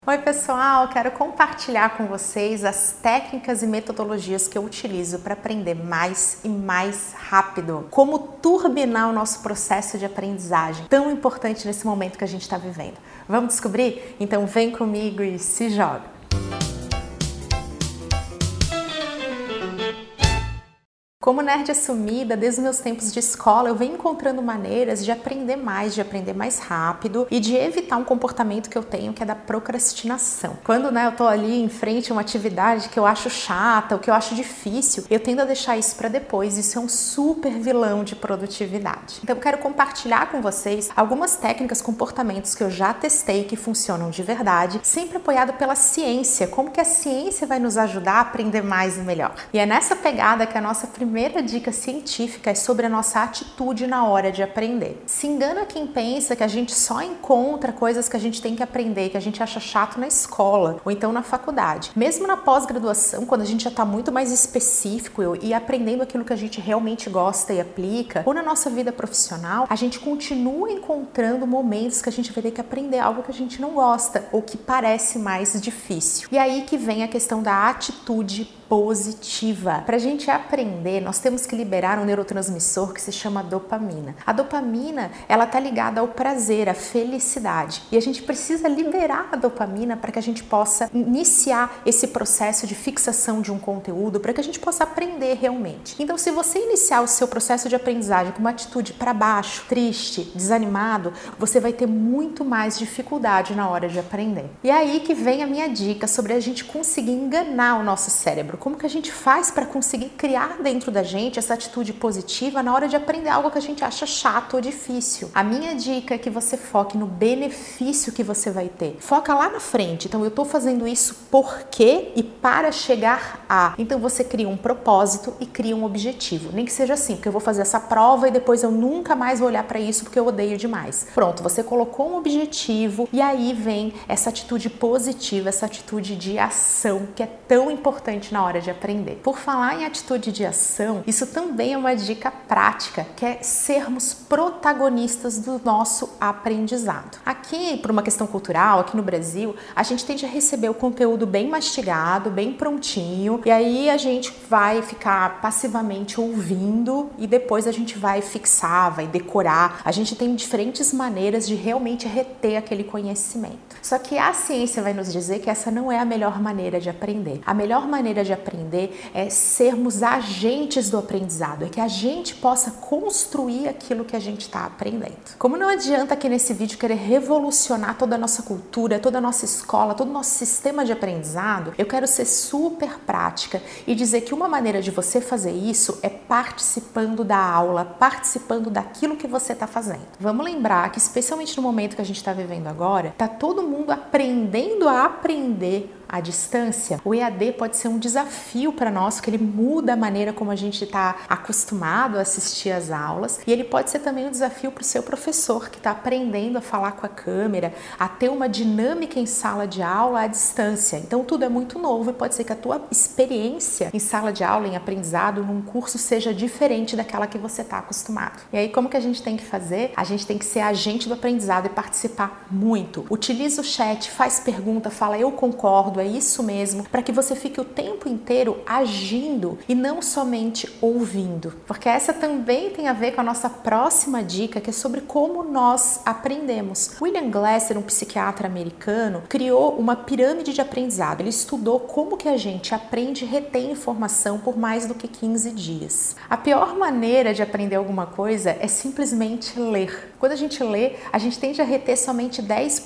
Oi pessoal, quero compartilhar com vocês as técnicas e metodologias que eu utilizo para aprender mais e mais rápido. Como turbinar o nosso processo de aprendizagem, tão importante nesse momento que a gente está vivendo. Vamos descobrir? Então vem comigo e se joga! Como nerd assumida, desde os meus tempos de escola, eu venho encontrando maneiras de aprender mais rápido e de evitar um comportamento que eu tenho, que é da procrastinação. Quando eu tô ali em frente a uma atividade que eu acho chata, ou que eu acho difícil, eu tendo a deixar isso para depois. Isso é um super vilão de produtividade. Então eu quero compartilhar com vocês algumas técnicas, comportamentos que eu já testei que funcionam de verdade, sempre apoiado pela ciência, como que a ciência vai nos ajudar a aprender mais e melhor. E é nessa pegada que a nossa primeira dica científica é sobre a nossa atitude na hora de aprender. Se engana quem pensa que a gente só encontra coisas que a gente tem que aprender, que a gente acha chato na escola ou então na faculdade. Mesmo na pós-graduação, quando a gente já está muito mais específico e aprendendo aquilo que a gente realmente gosta e aplica, ou na nossa vida profissional, a gente continua encontrando momentos que a gente vai ter que aprender algo que a gente não gosta ou que parece mais difícil. E aí que vem a questão da atitude positiva. Para a gente aprender, nós temos que liberar um neurotransmissor que se chama dopamina. A dopamina, ela tá ligada ao prazer, à felicidade. E a gente precisa liberar a dopamina para que a gente possa iniciar esse processo de fixação de um conteúdo, para que a gente possa aprender realmente. Então, se você iniciar o seu processo de aprendizagem com uma atitude para baixo, triste, desanimado, você vai ter muito mais dificuldade na hora de aprender. E é aí que vem a minha dica sobre a gente conseguir enganar o nosso cérebro. Como que a gente faz para conseguir criar dentro da gente essa atitude positiva na hora de aprender algo que a gente acha chato ou difícil? A minha dica é que você foque no benefício que você vai ter. Foca lá na frente. Então, eu estou fazendo isso por quê e para chegar a. Então, você cria um propósito e cria um objetivo. Nem que seja assim, porque eu vou fazer essa prova e depois eu nunca mais vou olhar para isso porque eu odeio demais. Pronto, você colocou um objetivo e aí vem essa atitude positiva, essa atitude de ação que é tão importante na hora de aprender. Por falar em atitude de ação, isso também é uma dica prática, que é sermos protagonistas do nosso aprendizado. Aqui, por uma questão cultural, aqui no Brasil, a gente tende a receber o conteúdo bem mastigado, bem prontinho, e aí a gente vai ficar passivamente ouvindo e depois a gente vai fixar, vai decorar. A gente tem diferentes maneiras de realmente reter aquele conhecimento. Só que a ciência vai nos dizer que essa não é a melhor maneira de aprender. A melhor maneira de aprender é sermos agentes do aprendizado, é que a gente possa construir aquilo que a gente está aprendendo. Como não adianta aqui nesse vídeo querer revolucionar toda a nossa cultura, toda a nossa escola, todo o nosso sistema de aprendizado, eu quero ser super prática e dizer que uma maneira de você fazer isso é participando da aula, participando daquilo que você está fazendo. Vamos lembrar que, especialmente no momento que a gente está vivendo agora, está todo mundo aprendendo a aprender à distância. O EAD pode ser um desafio para nós, porque ele muda a maneira como a gente está acostumado a assistir às aulas, e ele pode ser também um desafio para o seu professor, que está aprendendo a falar com a câmera, a ter uma dinâmica em sala de aula à distância. Então tudo é muito novo e pode ser que a tua experiência em sala de aula, em aprendizado, num curso, seja diferente daquela que você está acostumado. E aí como que a gente tem que fazer? A gente tem que ser agente do aprendizado e participar muito. Utiliza o chat, faz pergunta, fala eu concordo, é isso mesmo, para que você fique o tempo inteiro agindo e não somente ouvindo. Porque essa também tem a ver com a nossa próxima dica, que é sobre como nós aprendemos. William Glasser, um psiquiatra americano, criou uma pirâmide de aprendizado. Ele estudou como que a gente aprende e retém informação por mais do que 15 dias. A pior maneira de aprender alguma coisa é simplesmente ler. Quando a gente lê, a gente tende a reter somente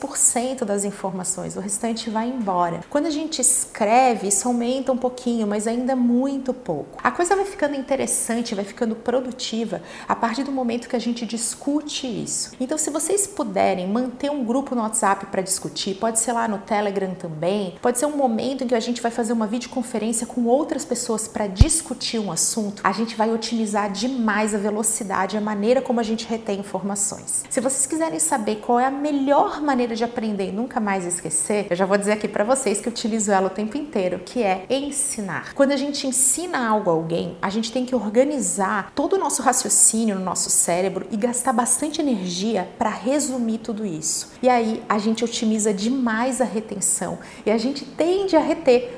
10% das informações, o restante vai embora. Quando a gente escreve, isso aumenta um pouquinho, mas ainda é muito pouco. A coisa vai ficando interessante, vai ficando produtiva a partir do momento que a gente discute isso. Então, se vocês puderem manter um grupo no WhatsApp para discutir, pode ser lá no Telegram também, pode ser um momento em que a gente vai fazer uma videoconferência com outras pessoas para discutir um assunto, a gente vai otimizar demais a velocidade, a maneira como a gente retém informações. Se vocês quiserem saber qual é a melhor maneira de aprender e nunca mais esquecer, eu já vou dizer aqui para vocês que o utilizo ela o tempo inteiro, que é ensinar. Quando a gente ensina algo a alguém, a gente tem que organizar todo o nosso raciocínio no nosso cérebro e gastar bastante energia para resumir tudo isso. E aí a gente otimiza demais a retenção e a gente tende a reter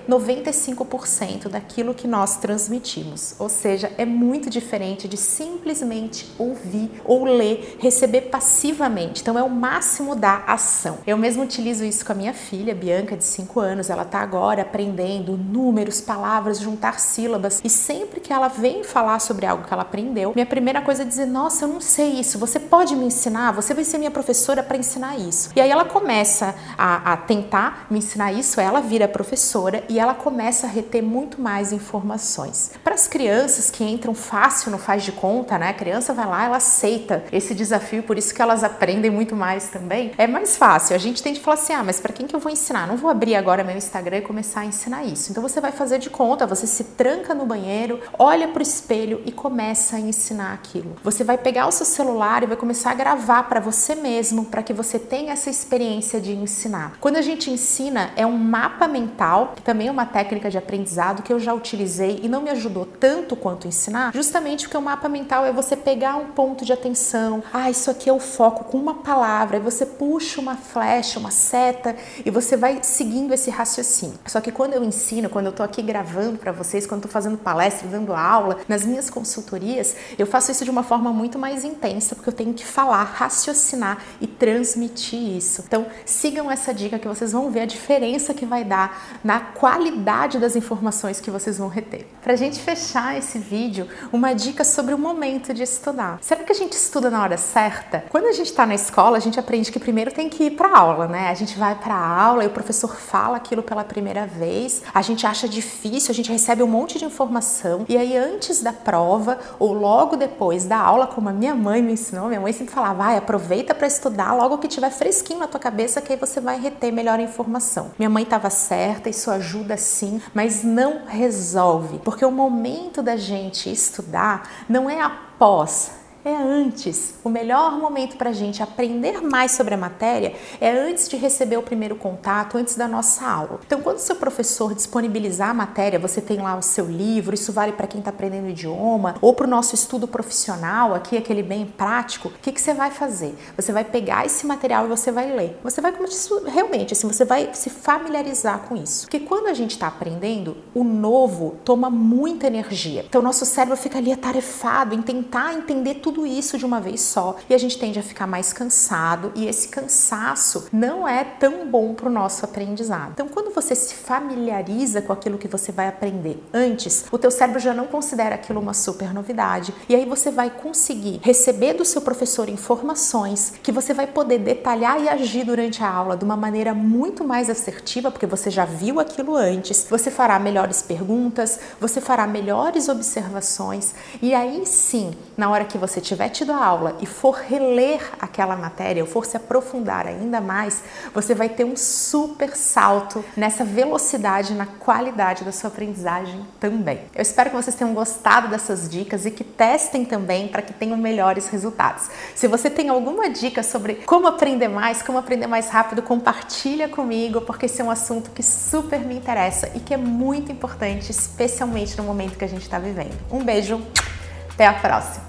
95% daquilo que nós transmitimos. Ou seja, é muito diferente de simplesmente ouvir ou ler, receber passivamente. Então é o máximo da ação. Eu mesmo utilizo isso com a minha filha, Bianca, de 5 anos. Ela está agora aprendendo números, palavras, juntar sílabas. E sempre que ela vem falar sobre algo que ela aprendeu, minha primeira coisa é dizer: nossa, eu não sei isso, você pode me ensinar? Você vai ser minha professora para ensinar isso. E aí ela começa a tentar me ensinar isso, ela vira professora e ela começa a reter muito mais informações. Para as crianças que entram fácil no faz de conta, né? A criança vai lá, ela aceita esse desafio, por isso que elas aprendem muito mais também. É mais fácil. A gente tem de falar assim: ah, mas para quem que eu vou ensinar? Não vou abrir agora meu Instagram e começar a ensinar isso. Então você vai fazer de conta, você se tranca no banheiro, olha pro espelho e começa a ensinar aquilo. Você vai pegar o seu celular e vai começar a gravar para você mesmo, para que você tenha essa experiência de ensinar. Quando a gente ensina, é um mapa mental, que também é uma técnica de aprendizado que eu já utilizei e não me ajudou tanto quanto ensinar, justamente porque o mapa mental é você pegar um ponto de atenção. Ah, isso aqui é o foco com uma palavra, e você puxa uma flecha, uma seta e você vai seguindo esse raciocínio. Só que quando eu ensino, quando eu tô aqui gravando para vocês, quando eu tô fazendo palestra, dando aula, nas minhas consultorias, eu faço isso de uma forma muito mais intensa, porque eu tenho que falar, raciocinar e transmitir isso. Então, sigam essa dica que vocês vão ver a diferença que vai dar na qualidade das informações que vocês vão reter. Pra gente fechar esse vídeo, uma dica sobre o momento de estudar. Será que a gente estuda na hora certa? Quando a gente tá na escola, a gente aprende que primeiro tem que ir pra aula, né? A gente vai pra aula e o professor fala aquilo pela primeira vez, a gente acha difícil, a gente recebe um monte de informação e aí antes da prova ou logo depois da aula, como a minha mãe me ensinou, minha mãe sempre falava: vai, aproveita para estudar logo que tiver fresquinho na tua cabeça, que aí você vai reter melhor a informação. Minha mãe estava certa, isso ajuda sim, mas não resolve, porque o momento da gente estudar não é após, é antes. O melhor momento para a gente aprender mais sobre a matéria é antes de receber o primeiro contato, antes da nossa aula. Então, quando o seu professor disponibilizar a matéria, você tem lá o seu livro, isso vale para quem está aprendendo idioma, ou para o nosso estudo profissional, aqui aquele bem prático, o que você vai fazer? Você vai pegar esse material e você vai ler. Você vai realmente, assim, você vai se familiarizar com isso. Porque quando a gente está aprendendo, o novo toma muita energia. Então, o nosso cérebro fica ali atarefado em tentar entender tudo isso de uma vez só e a gente tende a ficar mais cansado e esse cansaço não é tão bom para o nosso aprendizado. Então, quando você se familiariza com aquilo que você vai aprender antes, o teu cérebro já não considera aquilo uma super novidade e aí você vai conseguir receber do seu professor informações que você vai poder detalhar e agir durante a aula de uma maneira muito mais assertiva, porque você já viu aquilo antes, você fará melhores perguntas, você fará melhores observações e aí sim, na hora que você tiver tido a aula e for reler aquela matéria ou for se aprofundar ainda mais, você vai ter um super salto nessa velocidade, na qualidade da sua aprendizagem também. Eu espero que vocês tenham gostado dessas dicas e que testem também para que tenham melhores resultados. Se você tem alguma dica sobre como aprender mais rápido, compartilha comigo, porque esse é um assunto que super me interessa e que é muito importante, especialmente no momento que a gente está vivendo. Um beijo, até a próxima!